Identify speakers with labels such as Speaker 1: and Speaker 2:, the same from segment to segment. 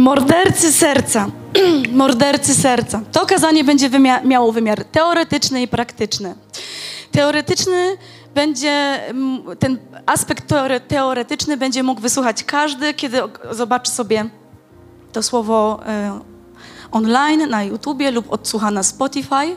Speaker 1: Mordercy serca. Mordercy serca. To kazanie będzie miało wymiar teoretyczny i praktyczny. Teoretyczny będzie, ten aspekt teoretyczny będzie mógł wysłuchać każdy, kiedy zobaczy sobie to słowo online na YouTubie lub odsłucha na Spotify.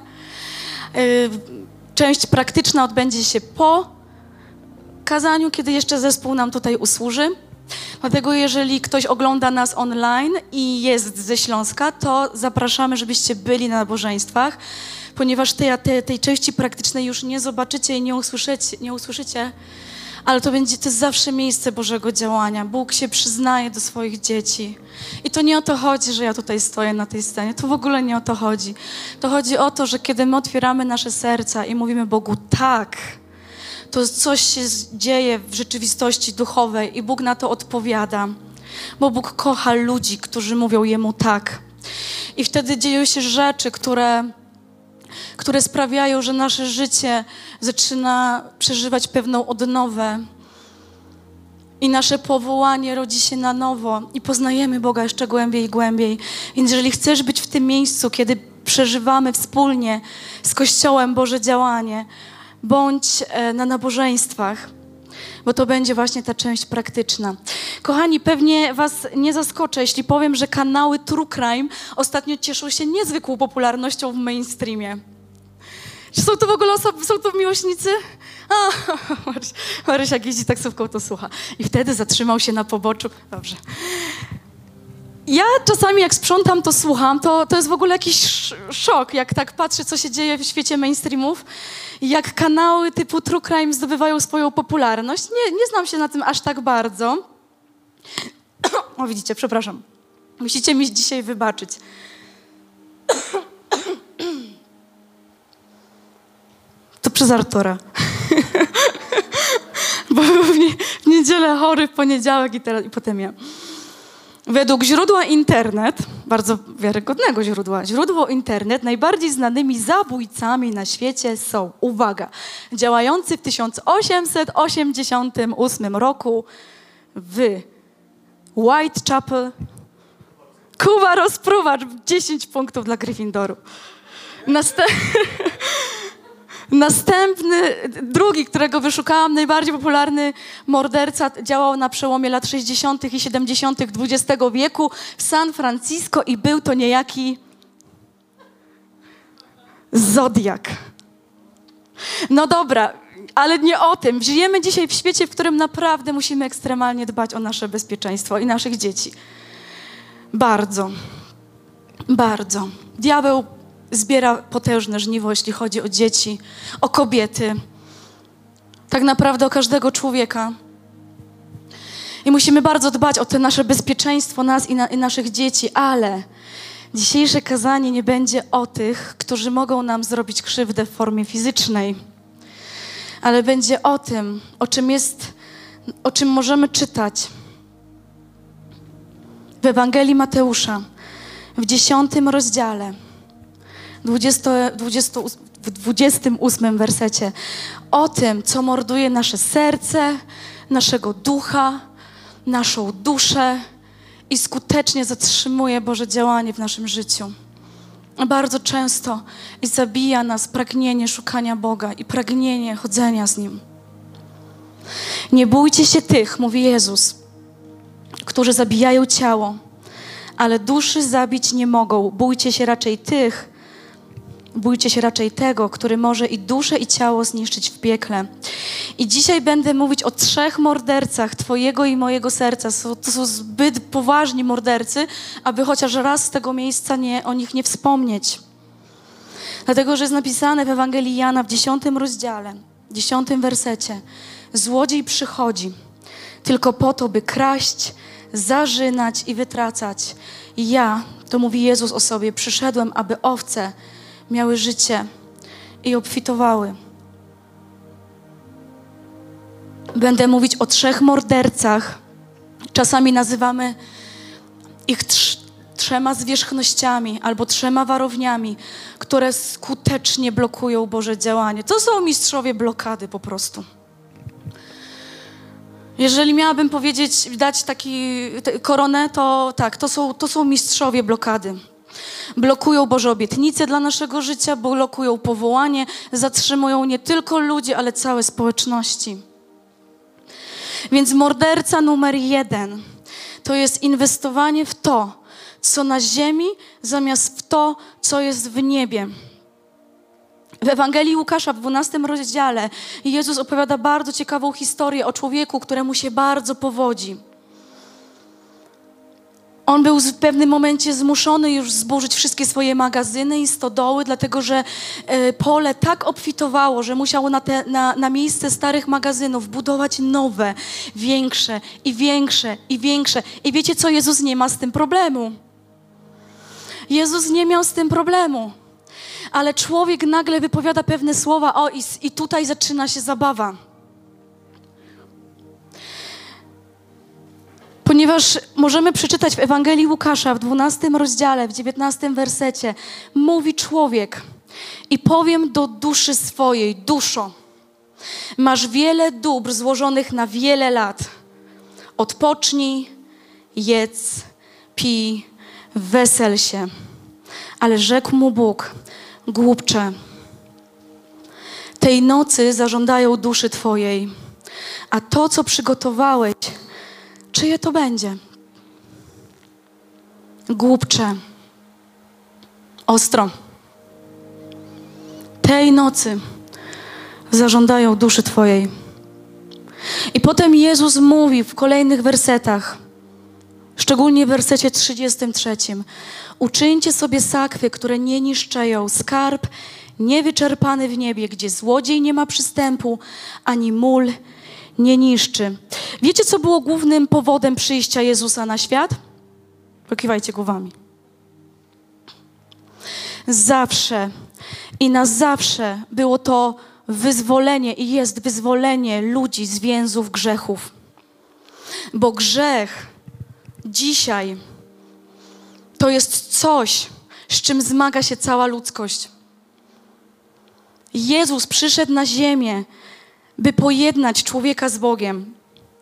Speaker 1: Część praktyczna odbędzie się po kazaniu, kiedy jeszcze zespół nam tutaj usłuży. Dlatego jeżeli ktoś ogląda nas online i jest ze Śląska, to zapraszamy, żebyście byli na nabożeństwach, ponieważ tej części praktycznej już nie zobaczycie i nie usłyszycie, ale to jest zawsze miejsce Bożego działania. Bóg się przyznaje do swoich dzieci. I to nie o to chodzi, że ja tutaj stoję na tej scenie. To w ogóle nie o to chodzi. To chodzi o to, że kiedy my otwieramy nasze serca i mówimy Bogu tak, to coś się dzieje w rzeczywistości duchowej i Bóg na to odpowiada. Bo Bóg kocha ludzi, którzy mówią Jemu tak. I wtedy dzieją się rzeczy, które sprawiają, że nasze życie zaczyna przeżywać pewną odnowę. I nasze powołanie rodzi się na nowo i poznajemy Boga jeszcze głębiej i głębiej. Więc jeżeli chcesz być w tym miejscu, kiedy przeżywamy wspólnie z Kościołem Boże działanie, bądź na nabożeństwach, bo to będzie właśnie ta część praktyczna. Kochani, pewnie was nie zaskoczę, jeśli powiem, że kanały True Crime ostatnio cieszą się niezwykłą popularnością w mainstreamie. Czy są to w ogóle osoby, są to miłośnicy? Maryś jak jeździ taksówką, to słucha. I wtedy zatrzymał się na poboczu. Dobrze. Ja czasami jak sprzątam, to słucham, to jest w ogóle jakiś szok, jak tak patrzę, co się dzieje w świecie mainstreamów, jak kanały typu True Crime zdobywają swoją popularność. Nie znam się na tym aż tak bardzo. O, widzicie, przepraszam. Musicie mi dzisiaj wybaczyć. To przez Artura. Bo był w niedzielę chory, w poniedziałek i potem ja. Według źródła internet, bardzo wiarygodnego źródło internet, najbardziej znanymi zabójcami na świecie są, uwaga, działający w 1888 roku w Whitechapel, Kuba Rozpruwacz, 10 punktów dla Gryffindoru. Następny, drugi, którego wyszukałam, najbardziej popularny morderca, działał na przełomie lat 60. i 70. XX wieku w San Francisco i był to niejaki Zodiak. No dobra, ale nie o tym. Żyjemy dzisiaj w świecie, w którym naprawdę musimy ekstremalnie dbać o nasze bezpieczeństwo i naszych dzieci. Bardzo, bardzo. Diabeł zbiera potężne żniwo, jeśli chodzi o dzieci, o kobiety, tak naprawdę o każdego człowieka. I musimy bardzo dbać o to nasze bezpieczeństwo, nas i naszych dzieci, ale dzisiejsze kazanie nie będzie o tych, którzy mogą nam zrobić krzywdę w formie fizycznej, ale będzie o tym, o czym możemy czytać w Ewangelii Mateusza w 10 rozdziale. W 28 wersecie o tym, co morduje nasze serce, naszego ducha, naszą duszę i skutecznie zatrzymuje Boże działanie w naszym życiu. Bardzo często i zabija nas pragnienie szukania Boga i pragnienie chodzenia z Nim. Nie bójcie się tych, mówi Jezus, którzy zabijają ciało, ale duszy zabić nie mogą. Bójcie się raczej tego, który może i duszę, i ciało zniszczyć w piekle. I dzisiaj będę mówić o 3 mordercach twojego i mojego serca. To są zbyt poważni mordercy, aby chociaż raz z tego miejsca o nich nie wspomnieć. Dlatego, że jest napisane w Ewangelii Jana w 10 rozdziale, 10 wersecie. Złodziej przychodzi tylko po to, by kraść, zarzynać i wytracać. I ja, to mówi Jezus o sobie, przyszedłem, aby owce miały życie i obfitowały. Będę mówić o 3 mordercach. Czasami nazywamy ich 3 zwierzchnościami albo 3 warowniami, które skutecznie blokują Boże działanie. To są mistrzowie blokady po prostu. Jeżeli miałabym powiedzieć, dać koronę, to tak, to są mistrzowie blokady. Blokują Boże obietnice dla naszego życia, blokują powołanie, zatrzymują nie tylko ludzi, ale całe społeczności. Więc morderca numer 1 to jest inwestowanie w to, co na ziemi, zamiast w to, co jest w niebie. W Ewangelii Łukasza w 12 rozdziale Jezus opowiada bardzo ciekawą historię o człowieku, któremu się bardzo powodzi. On był w pewnym momencie zmuszony już zburzyć wszystkie swoje magazyny i stodoły, dlatego że pole tak obfitowało, że musiał na miejsce starych magazynów budować nowe, większe i większe i większe. I wiecie co? Jezus nie ma z tym problemu. Jezus nie miał z tym problemu. Ale człowiek nagle wypowiada pewne słowa, i tutaj zaczyna się zabawa. Ponieważ możemy przeczytać w Ewangelii Łukasza w 12 rozdziale, w 19 wersecie, mówi człowiek: i powiem do duszy swojej, duszo, masz wiele dóbr złożonych na wiele lat. Odpocznij, jedz, pij, wesel się. Ale rzekł mu Bóg: głupcze, tej nocy zażądają duszy twojej, a to, co przygotowałeś, czyje to będzie? Głupcze, ostro, tej nocy zażądają duszy twojej. I potem Jezus mówi w kolejnych wersetach, szczególnie w wersecie 33. Uczyńcie sobie sakwy, które nie niszczeją, skarb niewyczerpany w niebie, gdzie złodziej nie ma przystępu, ani mól nie niszczy. Wiecie, co było głównym powodem przyjścia Jezusa na świat? Pokiwajcie głowami. Zawsze i na zawsze było to wyzwolenie i jest wyzwolenie ludzi z więzów grzechów. Bo grzech dzisiaj to jest coś, z czym zmaga się cała ludzkość. Jezus przyszedł na ziemię, by pojednać człowieka z Bogiem.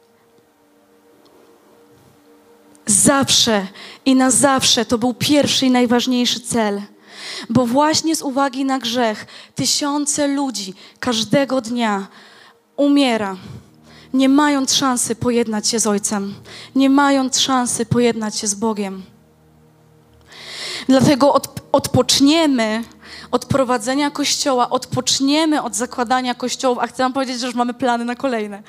Speaker 1: Zawsze i na zawsze to był pierwszy i najważniejszy cel. Bo właśnie z uwagi na grzech tysiące ludzi każdego dnia umiera, nie mając szansy pojednać się z Ojcem, nie mając szansy pojednać się z Bogiem. Dlatego odpoczniemy od prowadzenia Kościoła, odpoczniemy od zakładania kościołów, a chcę wam powiedzieć, że już mamy plany na kolejne.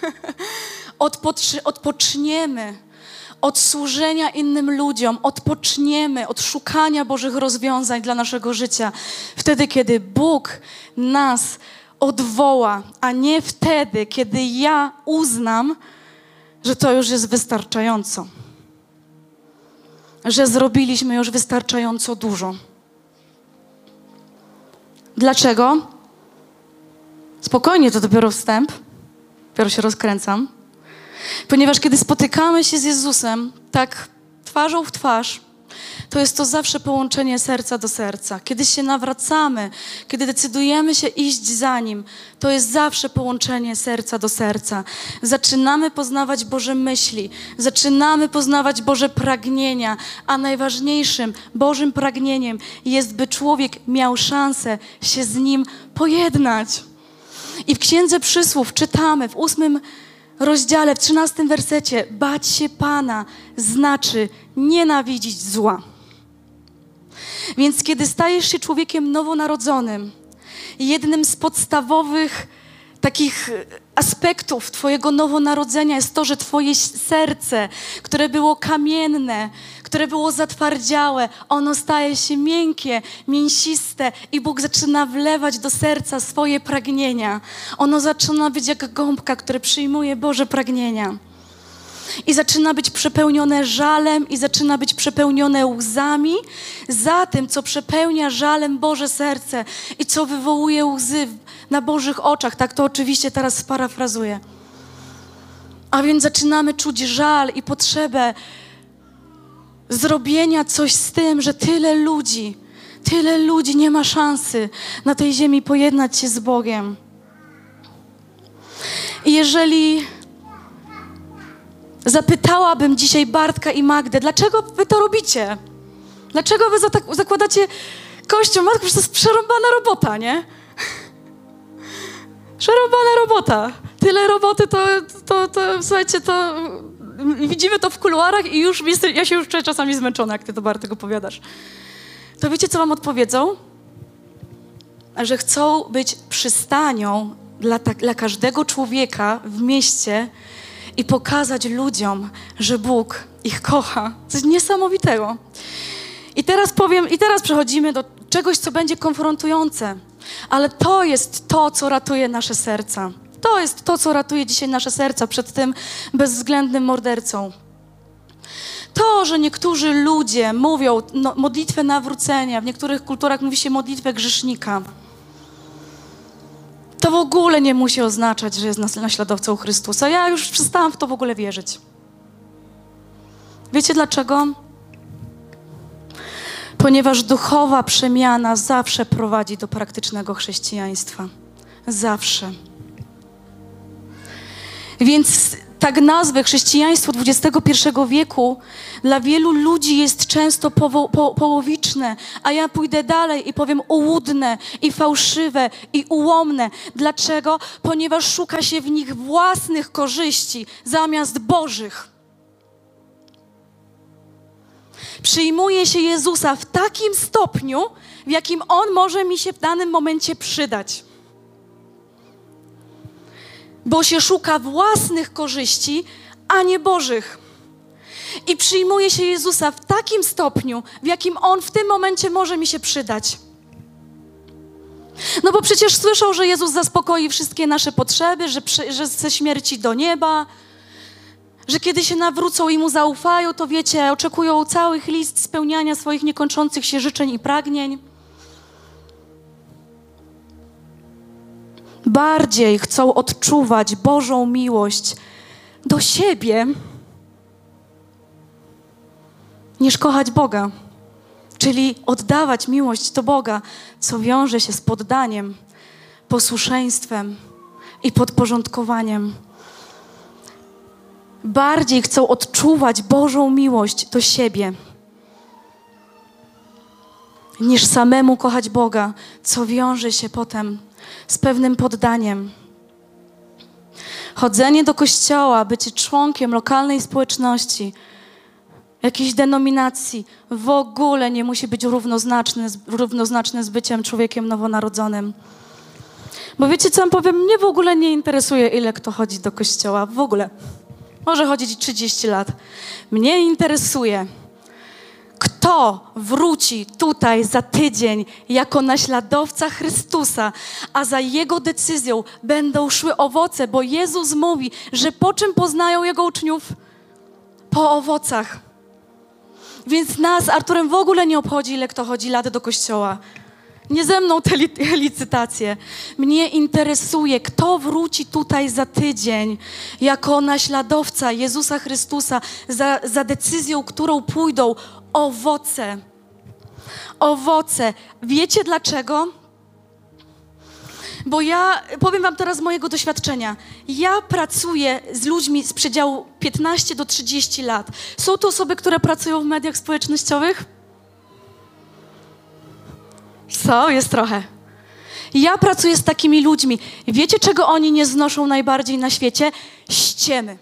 Speaker 1: Odpoczniemy od służenia innym ludziom, odpoczniemy od szukania Bożych rozwiązań dla naszego życia. Wtedy, kiedy Bóg nas odwoła, a nie wtedy, kiedy ja uznam, że to już jest wystarczająco. Że zrobiliśmy już wystarczająco dużo. Dlaczego? Spokojnie, to dopiero wstęp. Dopiero się rozkręcam. Ponieważ kiedy spotykamy się z Jezusem, tak twarzą w twarz, to jest to zawsze połączenie serca do serca. Kiedy się nawracamy, kiedy decydujemy się iść za Nim, to jest zawsze połączenie serca do serca. Zaczynamy poznawać Boże myśli, zaczynamy poznawać Boże pragnienia, a najważniejszym Bożym pragnieniem jest, by człowiek miał szansę się z Nim pojednać. I w Księdze Przysłów czytamy w 8 rozdziale, w 13 wersecie: bać się Pana znaczy nienawidzić zła. Więc kiedy stajesz się człowiekiem nowonarodzonym, jednym z podstawowych takich aspektów twojego nowonarodzenia jest to, że twoje serce, które było kamienne, które było zatwardziałe, ono staje się miękkie, mięsiste i Bóg zaczyna wlewać do serca swoje pragnienia. Ono zaczyna być jak gąbka, które przyjmuje Boże pragnienia. I zaczyna być przepełnione żalem i zaczyna być przepełnione łzami za tym, co przepełnia żalem Boże serce i co wywołuje łzy na Bożych oczach. Tak to oczywiście teraz sparafrazuję. A więc zaczynamy czuć żal i potrzebę zrobienia coś z tym, że tyle ludzi nie ma szansy na tej ziemi pojednać się z Bogiem. I jeżeli Zapytałabym dzisiaj Bartka i Magdę, dlaczego wy to robicie? Dlaczego wy zakładacie kościół? Matko, przecież to jest przerąbana robota, nie? Przerąbana robota. Tyle roboty, słuchajcie, to widzimy to w kuluarach i już ja się już czuję czasami zmęczona, jak ty to, Bartek, opowiadasz. To wiecie, co wam odpowiedzą? Że chcą być przystanią dla każdego człowieka w mieście i pokazać ludziom, że Bóg ich kocha. Coś niesamowitego. I teraz przechodzimy do czegoś, co będzie konfrontujące. Ale to jest to, co ratuje nasze serca. To jest to, co ratuje dzisiaj nasze serca przed tym bezwzględnym mordercą. To, że niektórzy ludzie mówią modlitwę nawrócenia, w niektórych kulturach mówi się modlitwę grzesznika, to w ogóle nie musi oznaczać, że jest naśladowcą Chrystusa. Ja już przestałam w to w ogóle wierzyć. Wiecie dlaczego? Ponieważ duchowa przemiana zawsze prowadzi do praktycznego chrześcijaństwa. Zawsze. Więc tak nazwę chrześcijaństwo XXI wieku dla wielu ludzi jest często połowiczne, a ja pójdę dalej i powiem ułudne i fałszywe i ułomne. Dlaczego? Ponieważ szuka się w nich własnych korzyści zamiast Bożych. Przyjmuje się Jezusa w takim stopniu, w jakim On może mi się w danym momencie przydać. Bo się szuka własnych korzyści, a nie Bożych. I przyjmuje się Jezusa w takim stopniu, w jakim On w tym momencie może mi się przydać. No bo przecież słyszą, że Jezus zaspokoi wszystkie nasze potrzeby, że ze śmierci do nieba, że kiedy się nawrócą i Mu zaufają, to wiecie, oczekują całych list spełniania swoich niekończących się życzeń i pragnień. Bardziej chcą odczuwać Bożą miłość do siebie, niż kochać Boga. Czyli oddawać miłość do Boga, co wiąże się z poddaniem, posłuszeństwem i podporządkowaniem. Bardziej chcą odczuwać Bożą miłość do siebie, niż samemu kochać Boga, co wiąże się potem z pewnym poddaniem. Chodzenie do kościoła, bycie członkiem lokalnej społeczności, jakiejś denominacji w ogóle nie musi być równoznaczne z byciem człowiekiem nowonarodzonym. Bo wiecie, co wam powiem? Mnie w ogóle nie interesuje, ile kto chodzi do kościoła. W ogóle. Może chodzić 30 lat. Mnie interesuje, kto wróci tutaj za tydzień jako naśladowca Chrystusa, a za Jego decyzją będą szły owoce, bo Jezus mówi, że po czym poznają Jego uczniów? Po owocach. Więc nas, Arturem, w ogóle nie obchodzi, ile kto chodzi lat do kościoła. Nie ze mną te licytacje. Mnie interesuje, kto wróci tutaj za tydzień jako naśladowca Jezusa Chrystusa za decyzją, którą pójdą owoce. Owoce. Wiecie dlaczego? Bo ja powiem wam teraz z mojego doświadczenia. Ja pracuję z ludźmi z przedziału 15 do 30 lat. Są to osoby, które pracują w mediach społecznościowych? Jest trochę. Ja pracuję z takimi ludźmi. Wiecie, czego oni nie znoszą najbardziej na świecie? Ściemy.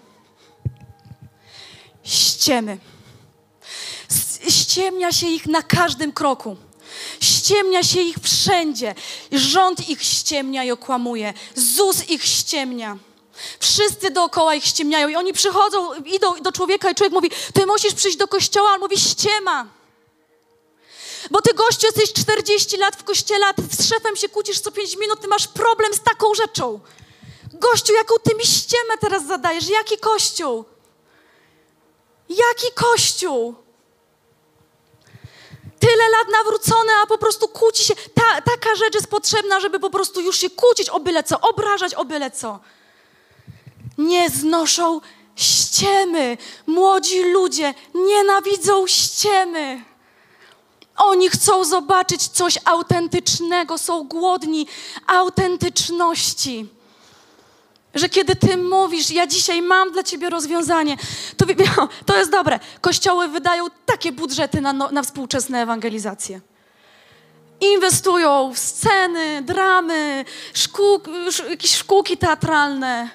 Speaker 1: Ściemy. Ściemnia się ich na każdym kroku. Ściemnia się ich wszędzie. Rząd ich ściemnia i okłamuje. ZUS ich ściemnia. Wszyscy dookoła ich ściemniają i oni przychodzą, idą do człowieka i człowiek mówi, ty musisz przyjść do kościoła, a on mówi, ściema. Bo ty, gościu, jesteś 40 lat w kościele, a ty z szefem się kłócisz co 5 minut, ty masz problem z taką rzeczą. Gościu, jaką ty mi ściemę teraz zadajesz? Jaki kościół? Jaki kościół? Tyle lat nawrócone, a po prostu kłóci się. Taka rzecz jest potrzebna, żeby po prostu już się kłócić o byle co, obrażać o byle co. Nie znoszą ściemy. Młodzi ludzie nienawidzą ściemy. Oni chcą zobaczyć coś autentycznego, są głodni autentyczności. Że kiedy Ty mówisz, ja dzisiaj mam dla Ciebie rozwiązanie, to jest dobre. Kościoły wydają takie budżety na współczesne ewangelizacje. Inwestują w sceny, dramy, jakieś szkółki teatralne.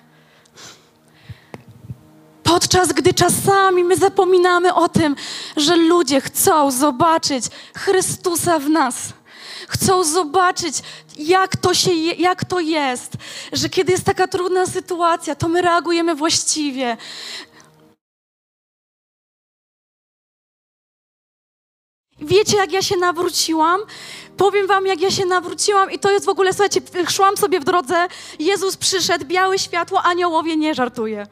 Speaker 1: Podczas gdy czasami my zapominamy o tym, że ludzie chcą zobaczyć Chrystusa w nas. Chcą zobaczyć, jak to jest, że kiedy jest taka trudna sytuacja, to my reagujemy właściwie. Wiecie, jak ja się nawróciłam? Powiem wam, jak ja się nawróciłam i to jest w ogóle, słuchajcie, szłam sobie w drodze, Jezus przyszedł, białe światło, aniołowie, nie żartuję.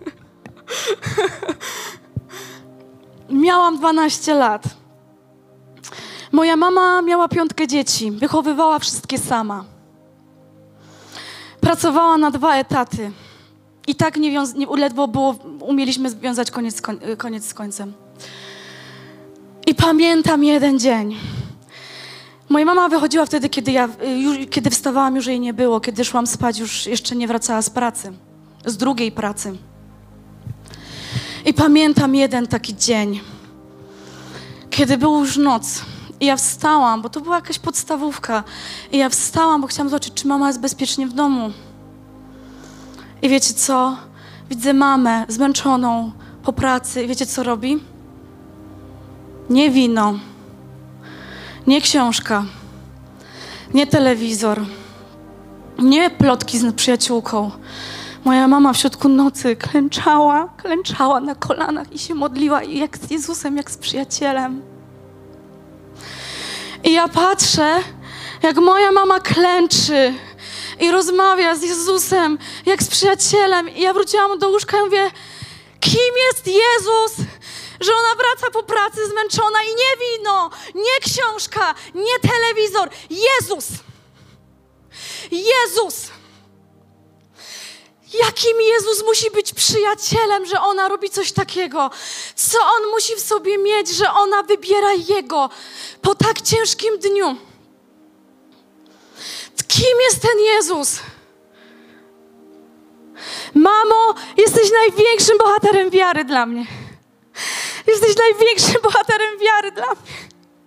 Speaker 1: Miałam 12 lat. Moja mama miała 5 dzieci, wychowywała wszystkie sama. Pracowała na 2 etaty i tak ledwo umieliśmy związać koniec z końcem. I pamiętam jeden dzień. Moja mama wychodziła wtedy, kiedy wstawałam, już jej nie było, kiedy szłam spać, już jeszcze nie wracała z pracy, z drugiej pracy. I pamiętam jeden taki dzień, kiedy była już noc. I ja wstałam, bo to była jakaś podstawówka. I ja wstałam, bo chciałam zobaczyć, czy mama jest bezpiecznie w domu. I wiecie co? Widzę mamę zmęczoną po pracy. I wiecie, co robi? Nie wino, nie książka, nie telewizor, nie plotki z przyjaciółką. Moja mama w środku nocy klęczała na kolanach i się modliła jak z Jezusem, jak z przyjacielem. I ja patrzę, jak moja mama klęczy i rozmawia z Jezusem, jak z przyjacielem. I ja wróciłam do łóżka i mówię, kim jest Jezus, że ona wraca po pracy zmęczona i nie wino, nie książka, nie telewizor. Jezus! Jezus! Jakim Jezus musi być przyjacielem, że ona robi coś takiego? Co On musi w sobie mieć, że ona wybiera Jego po tak ciężkim dniu? Kim jest ten Jezus? Mamo, jesteś największym bohaterem wiary dla mnie. Jesteś największym bohaterem wiary dla mnie.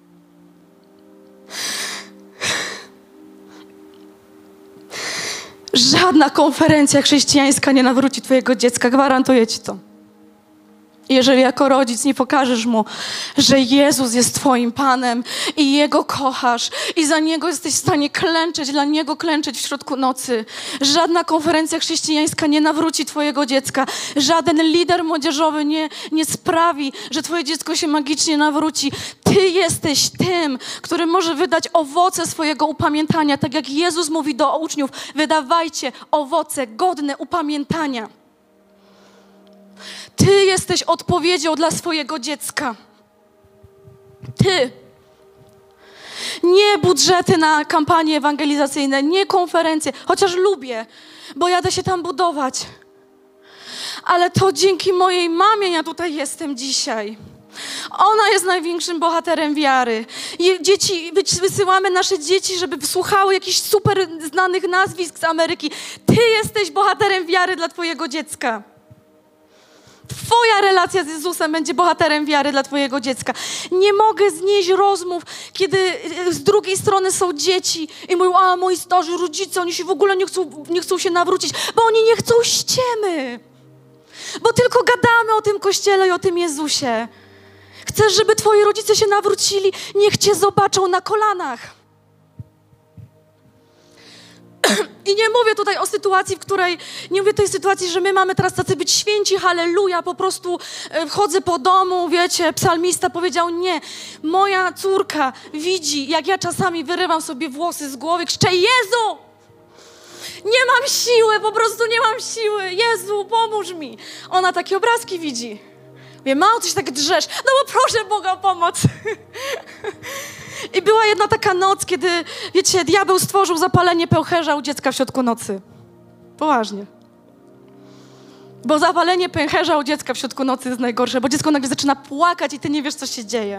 Speaker 1: Żadna konferencja chrześcijańska nie nawróci twojego dziecka, gwarantuję ci to. Jeżeli jako rodzic nie pokażesz mu, że Jezus jest twoim Panem i Jego kochasz i za Niego jesteś w stanie klęczeć, dla Niego klęczeć w środku nocy. Żadna konferencja chrześcijańska nie nawróci twojego dziecka. Żaden lider młodzieżowy nie sprawi, że twoje dziecko się magicznie nawróci. Ty jesteś tym, który może wydać owoce swojego upamiętania. Tak jak Jezus mówi do uczniów, wydawajcie owoce godne upamiętania. Ty jesteś odpowiedzią dla swojego dziecka. Ty. Nie budżety na kampanie ewangelizacyjne, nie konferencje, chociaż lubię, bo jadę się tam budować. Ale to dzięki mojej mamie ja tutaj jestem dzisiaj. Ona jest największym bohaterem wiary. Wysyłamy nasze dzieci, żeby wysłuchały jakichś super znanych nazwisk z Ameryki. Ty jesteś bohaterem wiary dla twojego dziecka. Twoja relacja z Jezusem będzie bohaterem wiary dla twojego dziecka. Nie mogę znieść rozmów, kiedy z drugiej strony są dzieci i mówią, a moi starzy rodzice, oni się w ogóle nie chcą się nawrócić, bo oni nie chcą ściemy. Bo tylko gadamy o tym Kościele i o tym Jezusie. Chcesz, żeby twoi rodzice się nawrócili? Niech cię zobaczą na kolanach. I nie mówię tutaj o sytuacji, nie mówię tej sytuacji, że my mamy teraz tacy być święci, halleluja, po prostu chodzę po domu, wiecie, psalmista powiedział, nie. Moja córka widzi, jak ja czasami wyrywam sobie włosy z głowy, krzyczę, Jezu! Nie mam siły, po prostu nie mam siły. Jezu, pomóż mi. Ona takie obrazki widzi. Mówię, mamo, ty się tak drzesz. No bo proszę Boga o pomoc. I była jedna taka noc, kiedy, wiecie, diabeł stworzył zapalenie pęcherza u dziecka w środku nocy. Poważnie. Bo zapalenie pęcherza u dziecka w środku nocy jest najgorsze, bo dziecko nagle zaczyna płakać i ty nie wiesz, co się dzieje.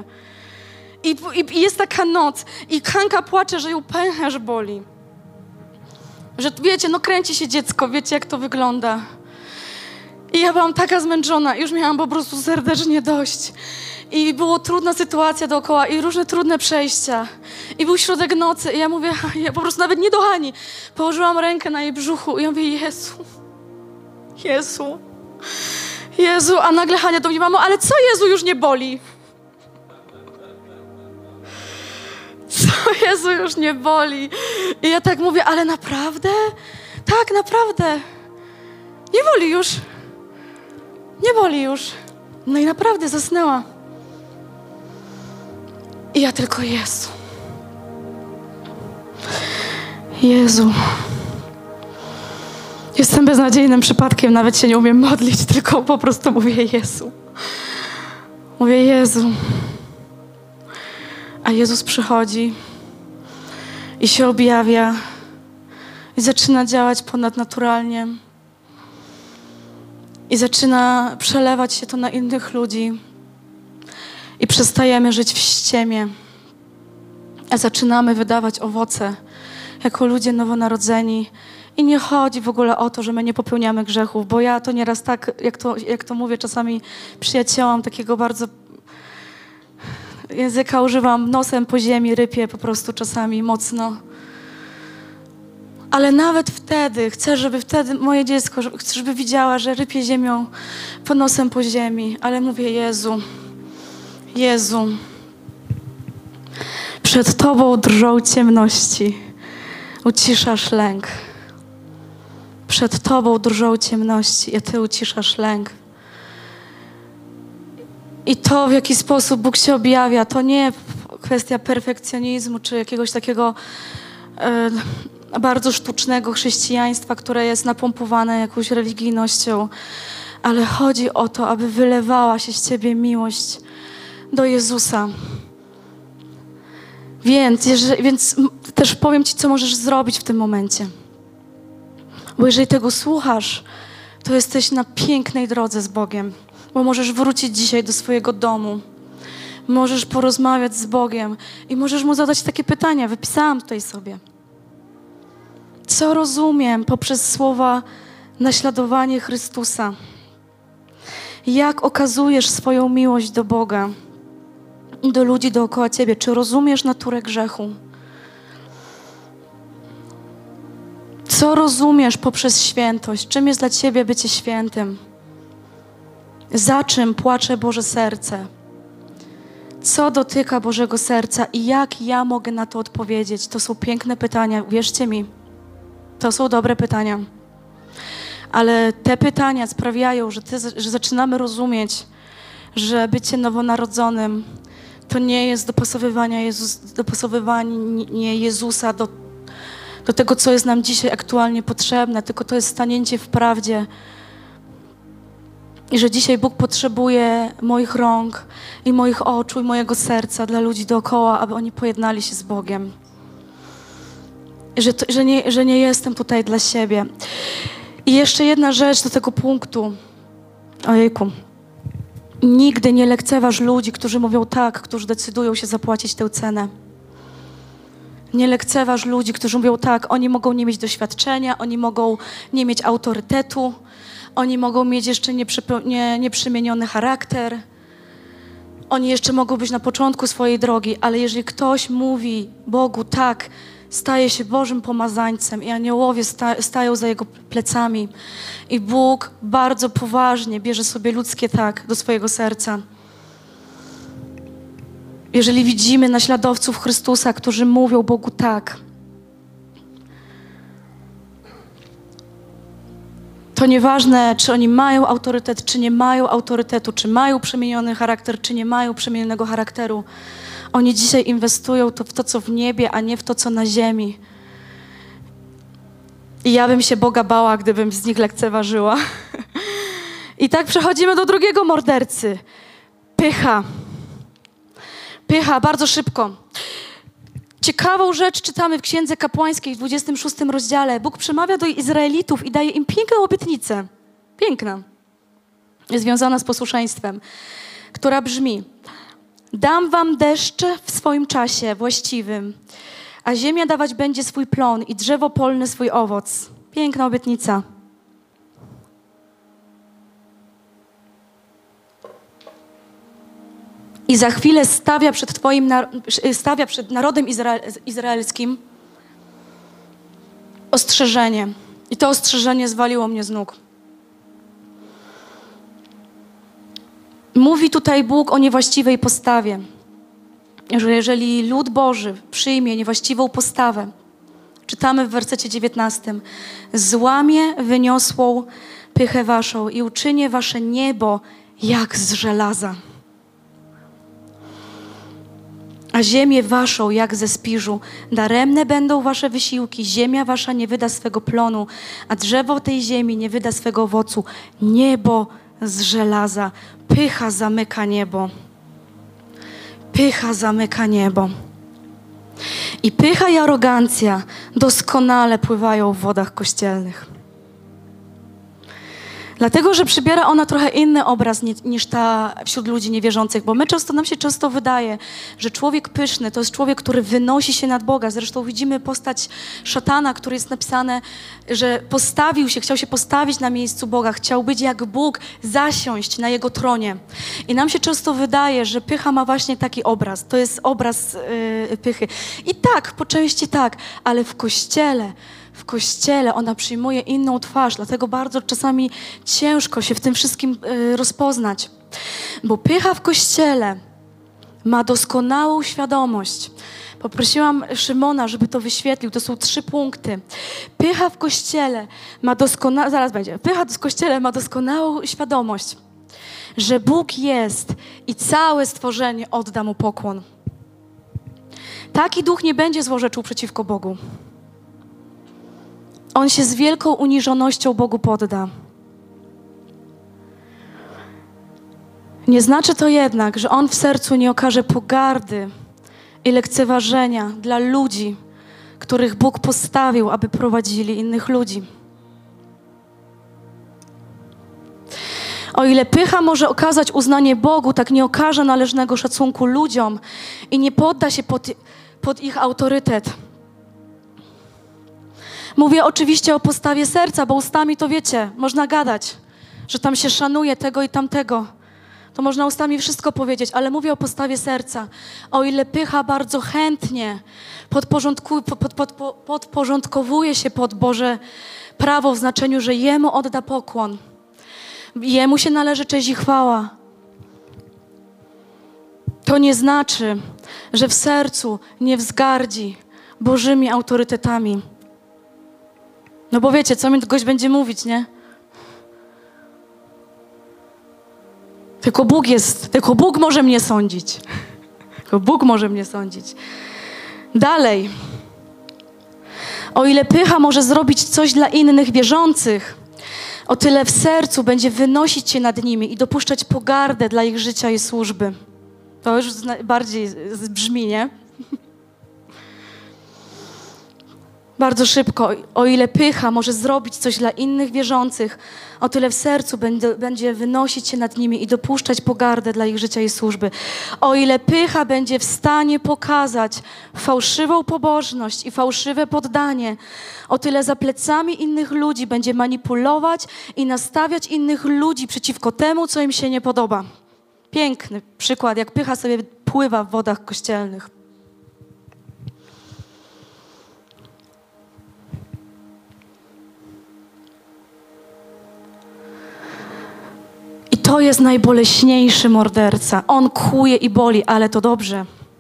Speaker 1: I jest taka noc i Hanka płacze, że ją pęcherz boli. Że wiecie, no kręci się dziecko, wiecie jak to wygląda. I ja byłam taka zmęczona, już miałam po prostu serdecznie dość. I była trudna sytuacja dookoła i różne trudne przejścia. I był środek nocy i ja mówię, ja po prostu nawet nie do Hani. Położyłam rękę na jej brzuchu i ja mówię, Jezu, Jezu, Jezu. A nagle Hania do mnie, mamo, ale co Jezu już nie boli? Co Jezu już nie boli? I ja tak mówię, ale naprawdę? Tak, naprawdę. Nie boli już. Nie boli już. No i naprawdę zasnęła. I ja tylko, Jezu. Jezu. Jestem beznadziejnym przypadkiem, nawet się nie umiem modlić, tylko po prostu mówię Jezu. Mówię Jezu. A Jezus przychodzi i się objawia i zaczyna działać ponadnaturalnie. I zaczyna przelewać się to na innych ludzi. I przestajemy żyć w ściemie. A zaczynamy wydawać owoce jako ludzie nowonarodzeni. I nie chodzi w ogóle o to, że my nie popełniamy grzechów, bo ja to nieraz tak, jak to mówię czasami przyjaciołam, takiego bardzo języka używam, nosem po ziemi rypię po prostu czasami mocno. Ale nawet wtedy, chcę, żeby wtedy moje dziecko, chcę, żeby widziała, że rypie ziemią, nosem po ziemi. Ale mówię, Jezu, Jezu, przed Tobą drżą ciemności, uciszasz lęk. Przed Tobą drżą ciemności, a Ty uciszasz lęk. I to, w jaki sposób Bóg się objawia, to nie kwestia perfekcjonizmu, czy jakiegoś takiego bardzo sztucznego chrześcijaństwa, które jest napompowane jakąś religijnością, ale chodzi o to, aby wylewała się z Ciebie miłość do Jezusa. Więc też powiem Ci, co możesz zrobić w tym momencie. Bo jeżeli tego słuchasz, to jesteś na pięknej drodze z Bogiem. Bo możesz wrócić dzisiaj do swojego domu. Możesz porozmawiać z Bogiem i możesz Mu zadać takie pytania. Wypisałam tutaj sobie. Co rozumiem poprzez słowa naśladowanie Chrystusa? Jak okazujesz swoją miłość do Boga i do ludzi dookoła Ciebie? Czy rozumiesz naturę grzechu? Co rozumiesz poprzez świętość? Czym jest dla Ciebie bycie świętym? Za czym płacze Boże serce? Co dotyka Bożego serca i jak ja mogę na to odpowiedzieć? To są piękne pytania, wierzcie mi. To są dobre pytania. Ale te pytania sprawiają, że zaczynamy rozumieć, że bycie nowonarodzonym to nie jest dopasowywanie Jezusa do tego, co jest nam dzisiaj aktualnie potrzebne, tylko to jest stanięcie w prawdzie. I że dzisiaj Bóg potrzebuje moich rąk i moich oczu i mojego serca dla ludzi dookoła, aby oni pojednali się z Bogiem. Że nie jestem tutaj dla siebie. I jeszcze jedna rzecz do tego punktu. Ojejku. Nigdy nie lekceważ ludzi, którzy mówią tak, którzy decydują się zapłacić tę cenę. Nie lekceważ ludzi, którzy mówią tak, oni mogą nie mieć doświadczenia, oni mogą nie mieć autorytetu, oni mogą mieć jeszcze nieprzemieniony charakter, oni jeszcze mogą być na początku swojej drogi, ale jeżeli ktoś mówi Bogu tak, staje się Bożym pomazańcem i aniołowie stają za jego plecami i Bóg bardzo poważnie bierze sobie ludzkie tak do swojego serca. Jeżeli widzimy naśladowców Chrystusa, którzy mówią Bogu tak, to nieważne, czy oni mają autorytet, czy nie mają autorytetu, czy mają przemieniony charakter, czy nie mają przemienionego charakteru. Oni dzisiaj inwestują w to, co w niebie, a nie w to, co na ziemi. I ja bym się Boga bała, gdybym z nich lekceważyła. I tak przechodzimy do drugiego mordercy. Pycha. Pycha, bardzo szybko. Ciekawą rzecz czytamy w Księdze Kapłańskiej w 26 rozdziale. Bóg przemawia do Izraelitów i daje im piękną obietnicę. Piękna. Związana z posłuszeństwem, która brzmi: dam wam deszcze w swoim czasie właściwym, a ziemia dawać będzie swój plon i drzewo polne swój owoc. Piękna obietnica. I za chwilę stawia przed narodem izraelskim ostrzeżenie. I to ostrzeżenie zwaliło mnie z nóg. Mówi tutaj Bóg o niewłaściwej postawie. Że jeżeli lud Boży przyjmie niewłaściwą postawę, czytamy w wersecie 19, złamie wyniosłą pychę waszą i uczynię wasze niebo jak z żelaza, a ziemię waszą jak ze spiżu. Daremne będą wasze wysiłki, ziemia wasza nie wyda swego plonu, a drzewo tej ziemi nie wyda swego owocu. Niebo z żelaza. Pycha zamyka niebo. Pycha zamyka niebo. I pycha i arogancja doskonale pływają w wodach kościelnych. Dlatego, że przybiera ona trochę inny obraz niż ta wśród ludzi niewierzących, bo nam się często wydaje, że człowiek pyszny to jest człowiek, który wynosi się nad Boga. Zresztą widzimy postać szatana, który jest napisane, że chciał się postawić na miejscu Boga, chciał być jak Bóg, zasiąść na Jego tronie. I nam się często wydaje, że pycha ma właśnie taki obraz. To jest obraz pychy. I tak, po części tak, ale w Kościele ona przyjmuje inną twarz, dlatego bardzo czasami ciężko się w tym wszystkim rozpoznać. Bo pycha w Kościele ma doskonałą świadomość. Poprosiłam Szymona, żeby to wyświetlił. To są 3 punkty. Pycha w Kościele Pycha w Kościele ma doskonałą świadomość, że Bóg jest i całe stworzenie odda Mu pokłon. Taki duch nie będzie złorzeczył przeciwko Bogu. On się z wielką uniżonością Bogu podda. Nie znaczy to jednak, że On w sercu nie okaże pogardy i lekceważenia dla ludzi, których Bóg postawił, aby prowadzili innych ludzi. O ile pycha może okazać uznanie Bogu, tak nie okaże należnego szacunku ludziom i nie podda się pod ich autorytet. Mówię oczywiście o postawie serca, bo ustami to wiecie, można gadać, że tam się szanuje tego i tamtego. To można ustami wszystko powiedzieć, ale mówię o postawie serca. O ile pycha bardzo chętnie podporządkowuje się pod Boże prawo w znaczeniu, że Jemu odda pokłon. Jemu się należy cześć i chwała. To nie znaczy, że w sercu nie wzgardzi Bożymi autorytetami. No bo wiecie, co mi gość będzie mówić, nie? Tylko Bóg może mnie sądzić. Tylko Bóg może mnie sądzić. Dalej. O ile pycha może zrobić coś dla innych wierzących, o tyle w sercu będzie wynosić się nad nimi i dopuszczać pogardę dla ich życia i służby. To już bardziej brzmi, nie? Bardzo szybko. O ile pycha może zrobić coś dla innych wierzących, o tyle w sercu będzie wynosić się nad nimi i dopuszczać pogardę dla ich życia i służby. O ile pycha będzie w stanie pokazać fałszywą pobożność i fałszywe poddanie, o tyle za plecami innych ludzi będzie manipulować i nastawiać innych ludzi przeciwko temu, co im się nie podoba. Piękny przykład, jak pycha sobie pływa w wodach kościelnych. To jest najboleśniejszy morderca. On kłuje i boli, ale to dobrze.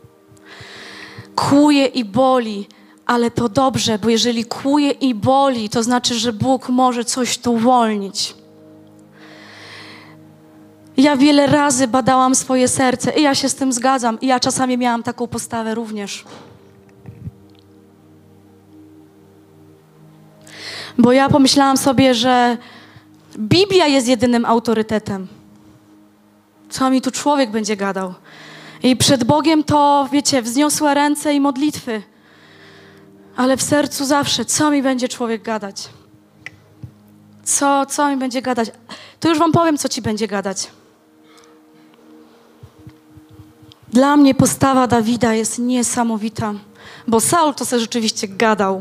Speaker 1: Kłuje i boli, ale to dobrze, bo jeżeli kłuje i boli, to znaczy, że Bóg może coś tu uwolnić. Ja wiele razy badałam swoje serce i ja się z tym zgadzam. I ja czasami miałam taką postawę również. Bo ja pomyślałam sobie, że Biblia jest jedynym autorytetem. Co mi tu człowiek będzie gadał? I przed Bogiem to, wiecie, wzniosłe ręce i modlitwy. Ale w sercu zawsze, co mi będzie człowiek gadać? Co mi będzie gadać? To już wam powiem, co ci będzie gadać. Dla mnie postawa Dawida jest niesamowita. Bo Saul to sobie rzeczywiście gadał.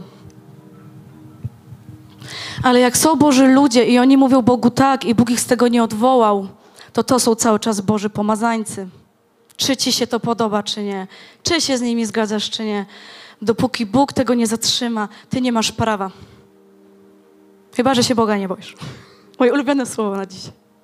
Speaker 1: Ale jak są Boży ludzie i oni mówią Bogu tak i Bóg ich z tego nie odwołał, to są cały czas Boży pomazańcy. Czy ci się to podoba, czy nie? Czy się z nimi zgadzasz, czy nie? Dopóki Bóg tego nie zatrzyma, ty nie masz prawa. Chyba że się Boga nie boisz. Moje ulubione słowo na dziś.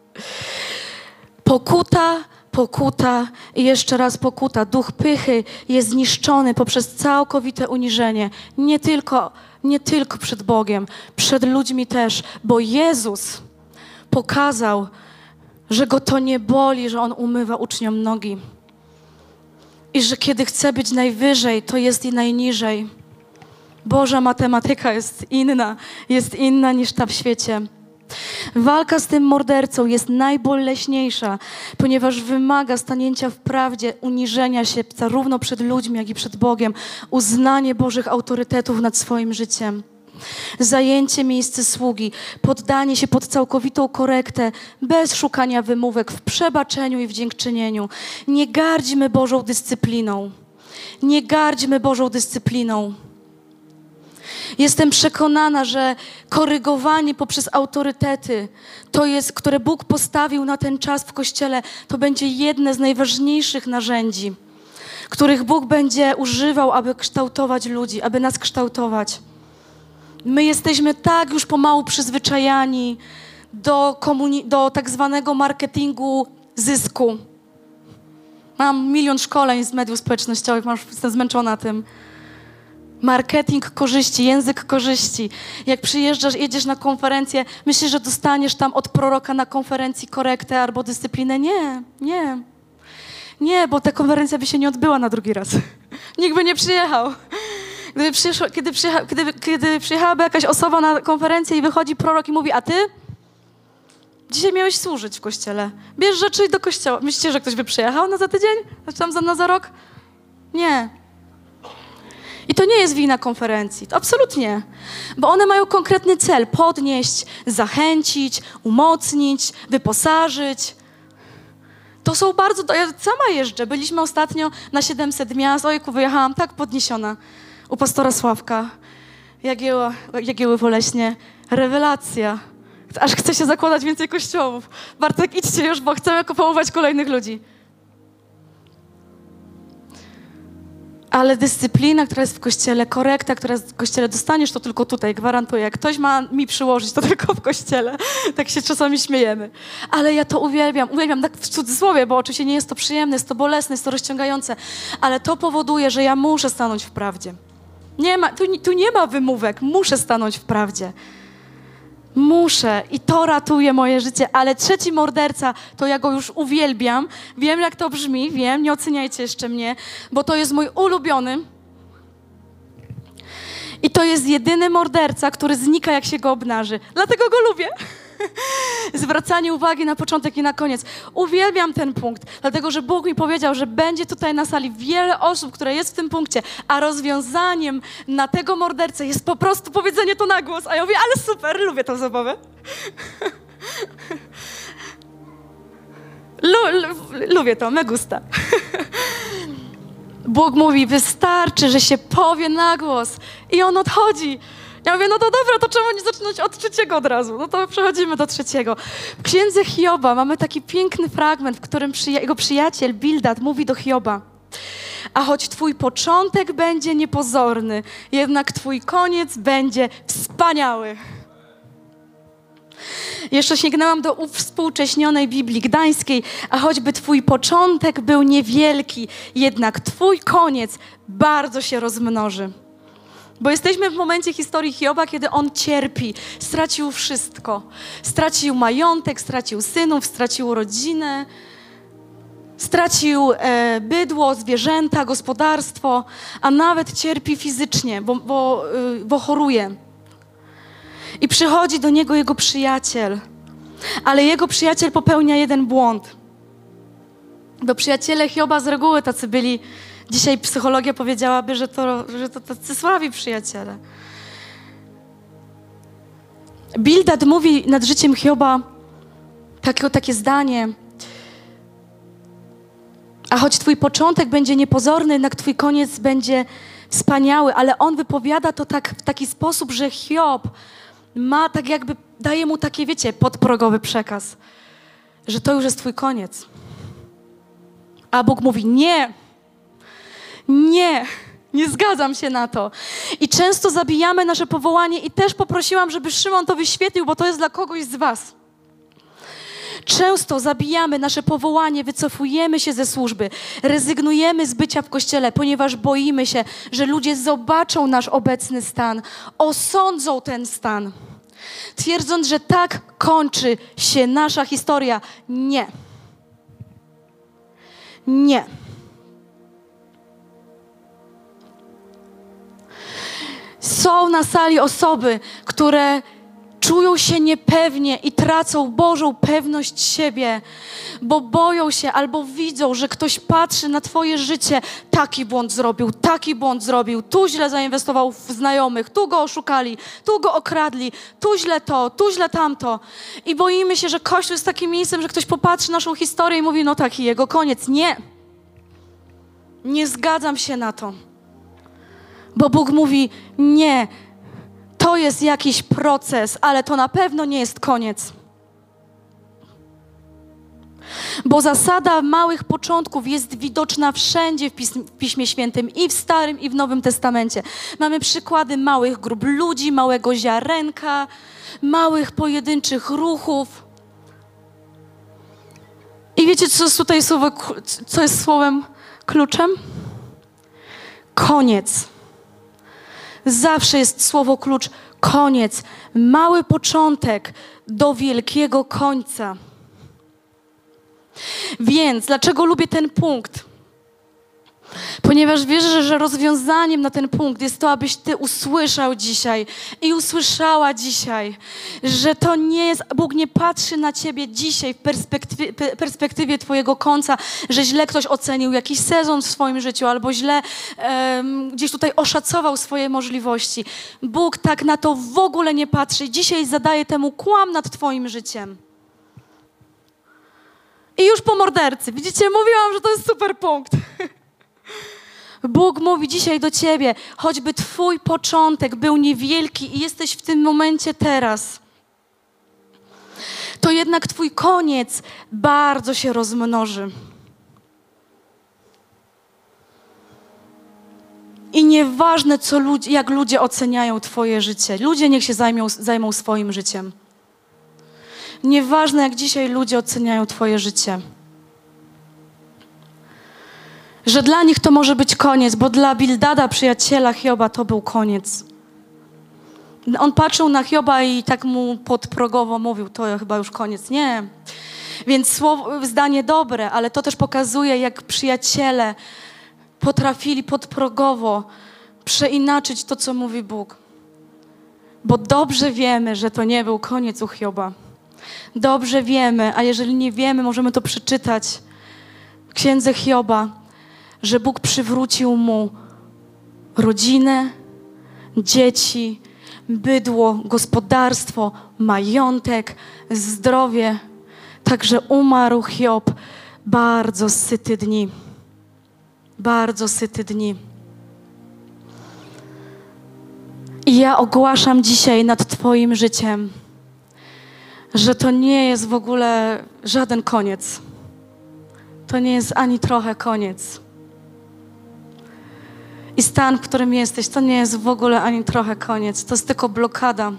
Speaker 1: Pokuta i jeszcze raz pokuta. Duch pychy jest zniszczony poprzez całkowite uniżenie. Nie tylko przed Bogiem, przed ludźmi też. Bo Jezus pokazał, że Go to nie boli, że On umywa uczniom nogi. I że kiedy chce być najwyżej, to jest i najniżej. Boża matematyka jest inna niż ta w świecie. Walka z tym mordercą jest najboleśniejsza, ponieważ wymaga stanięcia w prawdzie, uniżenia się zarówno przed ludźmi, jak i przed Bogiem, uznanie Bożych autorytetów nad swoim życiem. Zajęcie miejsca sługi, poddanie się pod całkowitą korektę, bez szukania wymówek, w przebaczeniu i w dziękczynieniu. Nie gardźmy Bożą dyscypliną. Nie gardźmy Bożą dyscypliną. Jestem przekonana, że korygowanie poprzez autorytety, które Bóg postawił na ten czas w Kościele, to będzie jedne z najważniejszych narzędzi, których Bóg będzie używał, aby kształtować ludzi, aby nas kształtować. My jesteśmy tak już pomału przyzwyczajani do tak zwanego marketingu zysku. Mam milion szkoleń z mediów społecznościowych, jestem zmęczona tym. Marketing korzyści, język korzyści. Jak przyjeżdżasz, jedziesz na konferencję, myślisz, że dostaniesz tam od proroka na konferencji korektę albo dyscyplinę? Nie, bo ta konferencja by się nie odbyła na drugi raz. Nikt by nie przyjechał. Kiedy przyjechałaby jakaś osoba na konferencję i wychodzi prorok i mówi, a ty? Dzisiaj miałeś służyć w kościele. Bierz rzeczy i do kościoła. Myślicie, że ktoś by przyjechał za tydzień? Za rok? Nie. I to nie jest wina konferencji. To absolutnie. Bo one mają konkretny cel. Podnieść, zachęcić, umocnić, wyposażyć. To są bardzo... Ja sama jeżdżę. Byliśmy ostatnio na 700 miast. Ojku, wyjechałam tak podniesiona u pastora Sławka. Jagieły w Oleśnie. Rewelacja. Aż chce się zakładać więcej kościołów. Bartek, idźcie już, bo chcemy powoływać kolejnych ludzi. Ale dyscyplina, która jest w Kościele, korekta, która jest w Kościele, dostaniesz to tylko tutaj, gwarantuję. Jak ktoś ma mi przyłożyć, to tylko w Kościele. Tak się czasami śmiejemy. Ale ja to uwielbiam tak w cudzysłowie, bo oczywiście nie jest to przyjemne, jest to bolesne, jest to rozciągające, ale to powoduje, że ja muszę stanąć w prawdzie. Tu nie ma wymówek, muszę stanąć w prawdzie. Muszę i to ratuje moje życie, ale trzeci morderca, to ja go już uwielbiam. Wiem, jak to brzmi, nie oceniajcie jeszcze mnie, bo to jest mój ulubiony. I to jest jedyny morderca, który znika, jak się go obnaży. Dlatego go lubię. Zwracanie uwagi na początek i na koniec. Uwielbiam ten punkt, dlatego że Bóg mi powiedział, że będzie tutaj na sali wiele osób, które jest w tym punkcie, a rozwiązaniem na tego mordercę jest po prostu powiedzenie to na głos. A ja mówię, ale super, lubię tą zabawę. Lubię to, me gusta. Bóg mówi, wystarczy, że się powie na głos i on odchodzi. Ja mówię, no to dobra, to czemu nie zaczynać od trzeciego od razu? No to przechodzimy do trzeciego. W księdze Hioba mamy taki piękny fragment, w którym jego przyjaciel Bildad mówi do Hioba: a choć twój początek będzie niepozorny, jednak twój koniec będzie wspaniały. Jeszcze sięgnęłam do uwspółcześnionej Biblii Gdańskiej, a choćby twój początek był niewielki, jednak twój koniec bardzo się rozmnoży. Bo jesteśmy w momencie historii Hioba, kiedy on cierpi, stracił wszystko. Stracił majątek, stracił synów, stracił rodzinę, stracił bydło, zwierzęta, gospodarstwo, a nawet cierpi fizycznie, bo choruje. I przychodzi do niego jego przyjaciel, ale jego przyjaciel popełnia jeden błąd. Bo przyjaciele Hioba z reguły tacy byli, dzisiaj psychologia powiedziałaby, że to tacy słabi przyjaciele. Bildad mówi nad życiem Hioba takie zdanie: a choć twój początek będzie niepozorny, jednak twój koniec będzie wspaniały, ale on wypowiada to tak, w taki sposób, że Hiob ma tak jakby, daje mu taki, wiecie, podprogowy przekaz, że to już jest twój koniec. A Bóg mówi, nie zgadzam się na to. I często zabijamy nasze powołanie i też poprosiłam, żeby Szymon to wyświetlił, bo to jest dla kogoś z was. Często zabijamy nasze powołanie, wycofujemy się ze służby, rezygnujemy z bycia w Kościele, ponieważ boimy się, że ludzie zobaczą nasz obecny stan, osądzą ten stan, twierdząc, że tak kończy się nasza historia. Nie. Są na sali osoby, które czują się niepewnie i tracą Bożą pewność siebie, bo boją się albo widzą, że ktoś patrzy na twoje życie, taki błąd zrobił, tu źle zainwestował w znajomych, tu go oszukali, tu go okradli, tu źle tamto. I boimy się, że Kościół jest takim miejscem, że ktoś popatrzy na naszą historię i mówi, no taki jego koniec. Nie zgadzam się na to. Bo Bóg mówi, nie, to jest jakiś proces, ale to na pewno nie jest koniec. Bo zasada małych początków jest widoczna wszędzie w Piśmie Świętym, i w Starym, i w Nowym Testamencie. Mamy przykłady małych grup ludzi, małego ziarenka, małych pojedynczych ruchów. I wiecie, co jest słowem kluczem? Koniec. Zawsze jest słowo klucz, koniec. Mały początek do wielkiego końca. Więc dlaczego lubię ten punkt? Ponieważ wierzę, że rozwiązaniem na ten punkt jest to, abyś ty usłyszał dzisiaj i usłyszała dzisiaj, że to nie jest, Bóg nie patrzy na ciebie dzisiaj w perspektywie twojego końca, że źle ktoś ocenił jakiś sezon w swoim życiu albo źle gdzieś tutaj oszacował swoje możliwości. Bóg tak na to w ogóle nie patrzy. Dzisiaj zadaje temu kłam nad twoim życiem. I już po mordercy. Widzicie, mówiłam, że to jest super punkt. Bóg mówi dzisiaj do ciebie, choćby twój początek był niewielki i jesteś w tym momencie teraz, to jednak twój koniec bardzo się rozmnoży. I nieważne, jak ludzie oceniają twoje życie. Ludzie niech się zajmą swoim życiem. Nieważne, jak dzisiaj ludzie oceniają twoje życie. Że dla nich to może być koniec, bo dla Bildada, przyjaciela Hioba, to był koniec. On patrzył na Hioba i tak mu podprogowo mówił, to chyba już koniec. Nie. Więc zdanie dobre, ale to też pokazuje, jak przyjaciele potrafili podprogowo przeinaczyć to, co mówi Bóg. Bo dobrze wiemy, że to nie był koniec u Hioba. Dobrze wiemy, a jeżeli nie wiemy, możemy to przeczytać w księdze Hioba, że Bóg przywrócił mu rodzinę, dzieci, bydło, gospodarstwo, majątek, zdrowie. Także umarł Hiob bardzo syty dni. Bardzo syty dni. I ja ogłaszam dzisiaj nad twoim życiem, że to nie jest w ogóle żaden koniec. To nie jest ani trochę koniec. I stan, w którym jesteś, to nie jest w ogóle ani trochę koniec. To jest tylko blokada.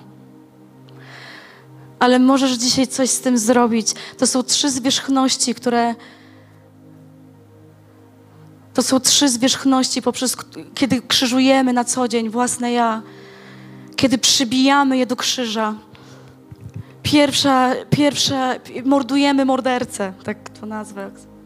Speaker 1: Ale możesz dzisiaj coś z tym zrobić. To są trzy zwierzchności, kiedy krzyżujemy na co dzień własne ja, kiedy przybijamy je do krzyża. Pierwsza, mordujemy mordercę, tak to nazwę.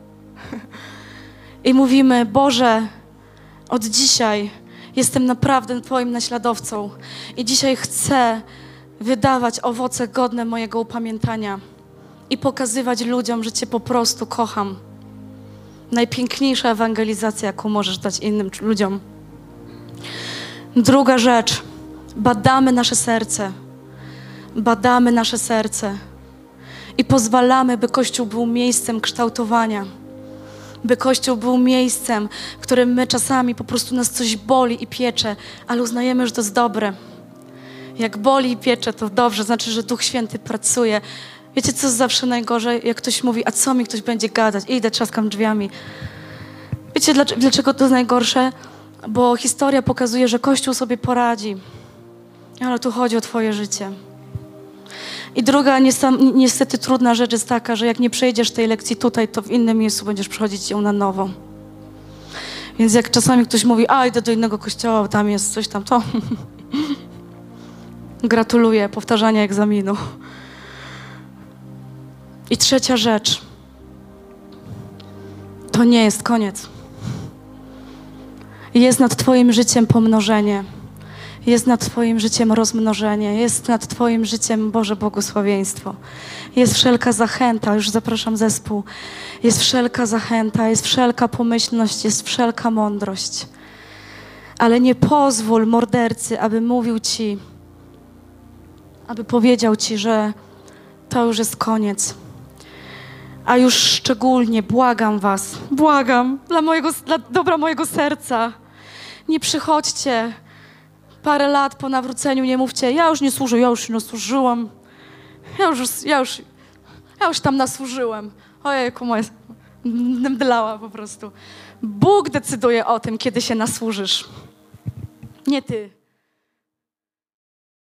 Speaker 1: I mówimy, Boże, od dzisiaj jestem naprawdę Twoim naśladowcą i dzisiaj chcę wydawać owoce godne mojego upamiętania i pokazywać ludziom, że Cię po prostu kocham. Najpiękniejsza ewangelizacja, jaką możesz dać innym ludziom. Druga rzecz, badamy nasze serce. Badamy nasze serce i pozwalamy, by Kościół był miejscem kształtowania. by Kościół był miejscem, w którym my czasami po prostu nas coś boli i piecze, ale uznajemy, że to jest dobre. Jak boli i piecze, to dobrze, znaczy, że Duch Święty pracuje. Wiecie, co jest zawsze najgorzej? Jak ktoś mówi, a co mi ktoś będzie gadać? Idę, trzaskam drzwiami. Wiecie, dlaczego to jest najgorsze? Bo historia pokazuje, że Kościół sobie poradzi. Ale tu chodzi o twoje życie. I druga, niestety trudna rzecz jest taka, że jak nie przejdziesz tej lekcji tutaj, to w innym miejscu będziesz przechodzić ją na nowo. Więc jak czasami ktoś mówi, a idę do innego kościoła, tam jest coś tam, to gratuluję powtarzania egzaminu. I trzecia rzecz. To nie jest koniec. Jest nad twoim życiem pomnożenie. Jest nad twoim życiem rozmnożenie. Jest nad twoim życiem Boże błogosławieństwo. Jest wszelka zachęta, już zapraszam zespół. Jest wszelka zachęta, jest wszelka pomyślność, jest wszelka mądrość. Ale nie pozwól mordercy, aby mówił ci, aby powiedział ci, że to już jest koniec. A już szczególnie błagam was, błagam, dla dobra mojego serca, nie przychodźcie parę lat po nawróceniu, nie mówcie, ja już nie służę, ja już nie służyłam, ja już tam nasłużyłem. Ojejku, moja mdlała po prostu. Bóg decyduje o tym, kiedy się nasłużysz. Nie ty.